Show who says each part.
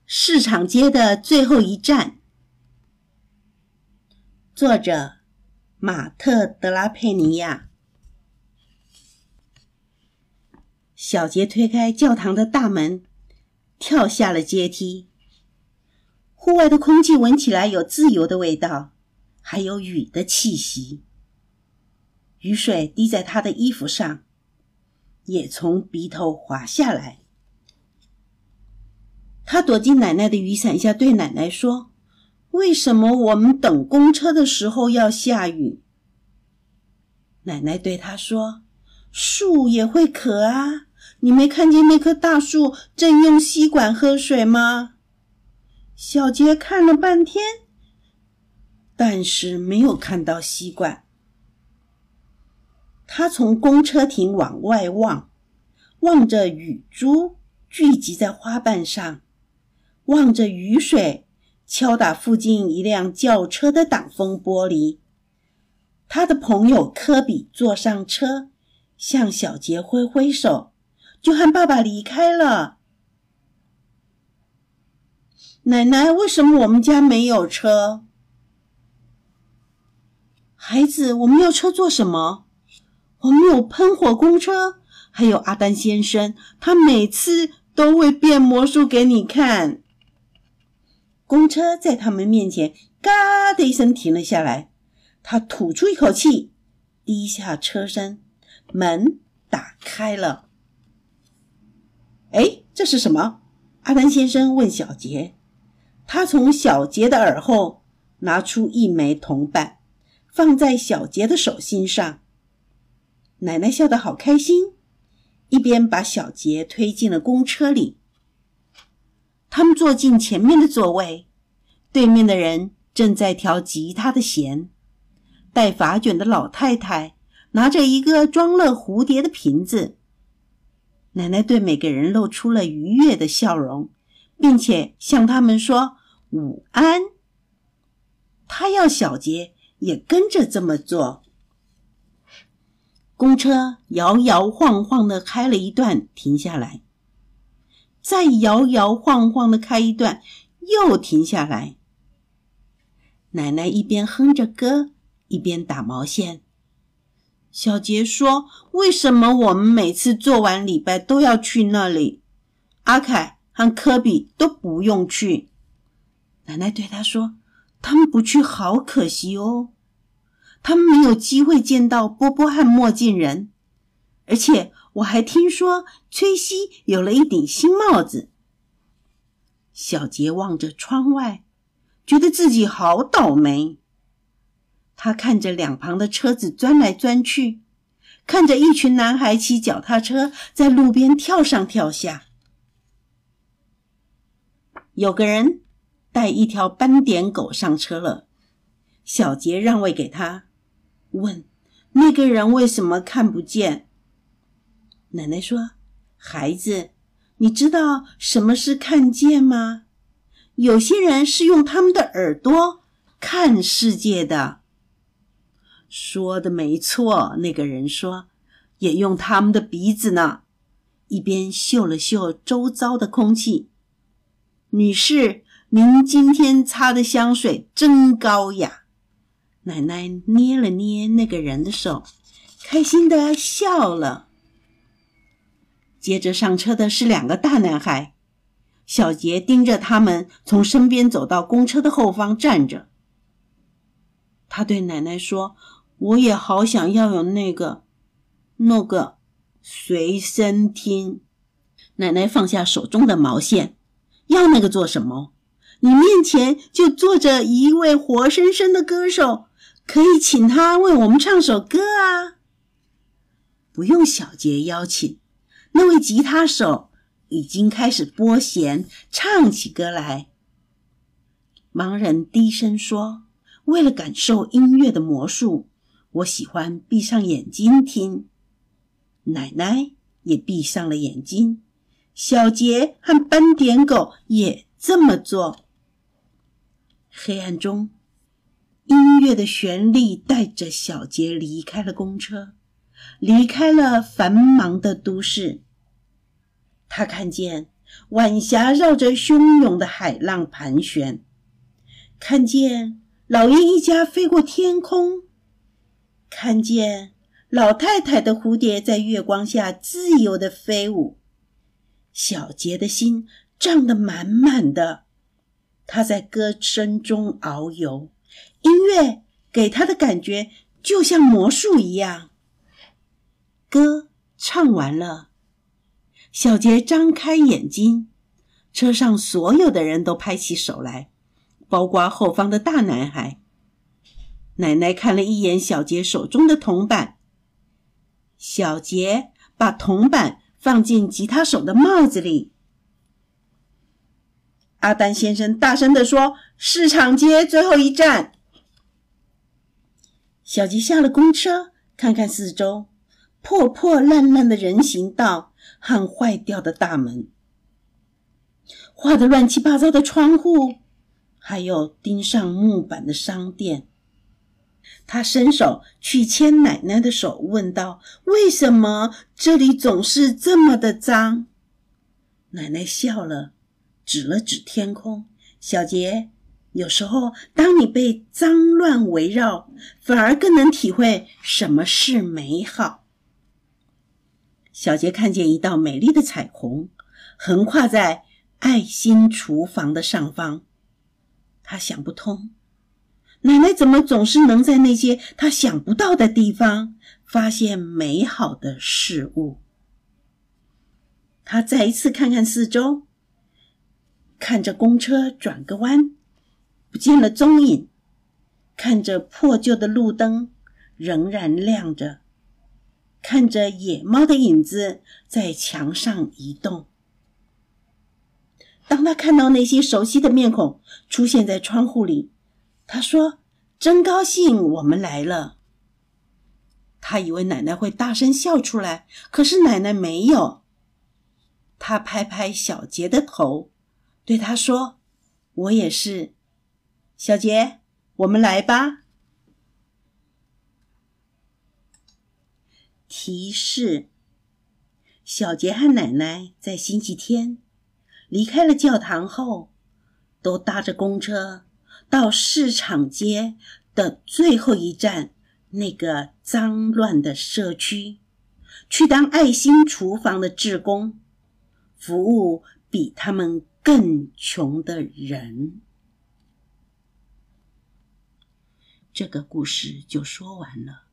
Speaker 1: 市场街的最后一站。作者马特·德拉佩尼亚。小杰推开教堂的大门，跳下了阶梯。户外的空气闻起来有自由的味道，还有雨的气息。雨水滴在他的衣服上，也从鼻头滑下来。他躲进奶奶的雨伞下，对奶奶说：“为什么我们等公车的时候要下雨？”奶奶对他说：“树也会渴啊，你没看见那棵大树正用吸管喝水吗？”小杰看了半天，但是没有看到吸管。他从公车亭往外望，望着雨珠聚集在花瓣上，望着雨水敲打附近一辆轿车的挡风玻璃。他的朋友科比坐上车，向小杰挥挥手，就和爸爸离开了。奶奶，为什么我们家没有车？孩子，我们要车做什么？我们有喷火公车，还有阿丹先生，他每次都会变魔术给你看。公车在他们面前嘎的一声停了下来，他吐出一口气，低下车身，门打开了。诶，这是什么？阿丹先生问小杰。他从小杰的耳后拿出一枚铜板，放在小杰的手心上。奶奶笑得好开心，一边把小杰推进了公车里。他们坐进前面的座位，对面的人正在调吉他的弦。戴发卷的老太太拿着一个装了蝴蝶的瓶子。奶奶对每个人露出了愉悦的笑容，并且向他们说午安。她要小杰也跟着这么做。公车摇摇晃晃地开了一段，停下来，再摇摇晃晃地开一段，又停下来。奶奶一边哼着歌，一边打毛线。小杰说：“为什么我们每次做完礼拜都要去那里？阿凯和科比都不用去。”奶奶对他说：“他们不去好可惜哦，他们没有机会见到波波和墨镜人。而且我还听说崔西有了一顶新帽子。”小杰望着窗外，觉得自己好倒霉。他看着两旁的车子钻来钻去，看着一群男孩骑脚踏车在路边跳上跳下。有个人带一条斑点狗上车了，小杰让位给他，问那个人为什么看不见。奶奶说：“孩子，你知道什么是看见吗？有些人是用他们的耳朵看世界的。”说的没错，那个人说，也用他们的鼻子呢，一边嗅了嗅周遭的空气。女士，您今天擦的香水真高雅。奶奶捏了捏那个人的手，开心地笑了。接着上车的是两个大男孩，小杰盯着他们从身边走到公车的后方站着。他对奶奶说：“我也好想要有那个随身听。”奶奶放下手中的毛线，要那个做什么？你面前就坐着一位活生生的歌手，可以请他为我们唱首歌啊。不用小杰邀请，那位吉他手已经开始拨弦，唱起歌来。盲人低声说：“为了感受音乐的魔术，我喜欢闭上眼睛听。”奶奶也闭上了眼睛，小杰和斑点狗也这么做。黑暗中，音乐的旋律带着小杰离开了公车，离开了繁忙的都市。他看见晚霞绕着汹涌的海浪盘旋，看见老鹰一家飞过天空，看见老太太的蝴蝶在月光下自由地飞舞。小杰的心胀得满满的，他在歌声中遨游，音乐给他的感觉就像魔术一样。歌唱完了，小杰张开眼睛，车上所有的人都拍起手来，包括后方的大男孩。奶奶看了一眼小杰手中的铜板，小杰把铜板放进吉他手的帽子里。阿丹先生大声地说：市场街最后一站。小杰下了公车，看看四周，破破烂烂的人行道和坏掉的大门，画得乱七八糟的窗户，还有钉上木板的商店。他伸手去牵奶奶的手，问道：为什么这里总是这么的脏？奶奶笑了，指了指天空。小杰，有时候当你被脏乱围绕，反而更能体会什么是美好。小杰看见一道美丽的彩虹横跨在爱心厨房的上方，他想不通，奶奶怎么总是能在那些他想不到的地方发现美好的事物。他再一次看看四周，看着公车转个弯，不见了踪影，看着破旧的路灯仍然亮着，看着野猫的影子在墙上移动。当他看到那些熟悉的面孔出现在窗户里，他说：真高兴我们来了。他以为奶奶会大声笑出来，可是奶奶没有。他拍拍小杰的头，对他说：我也是。小杰，我们来吧。提示：小杰和奶奶在星期天离开了教堂后，都搭着公车到市场街的最后一站，那个脏乱的社区，去当爱心厨房的志工，服务比他们更穷的人。这个故事就说完了。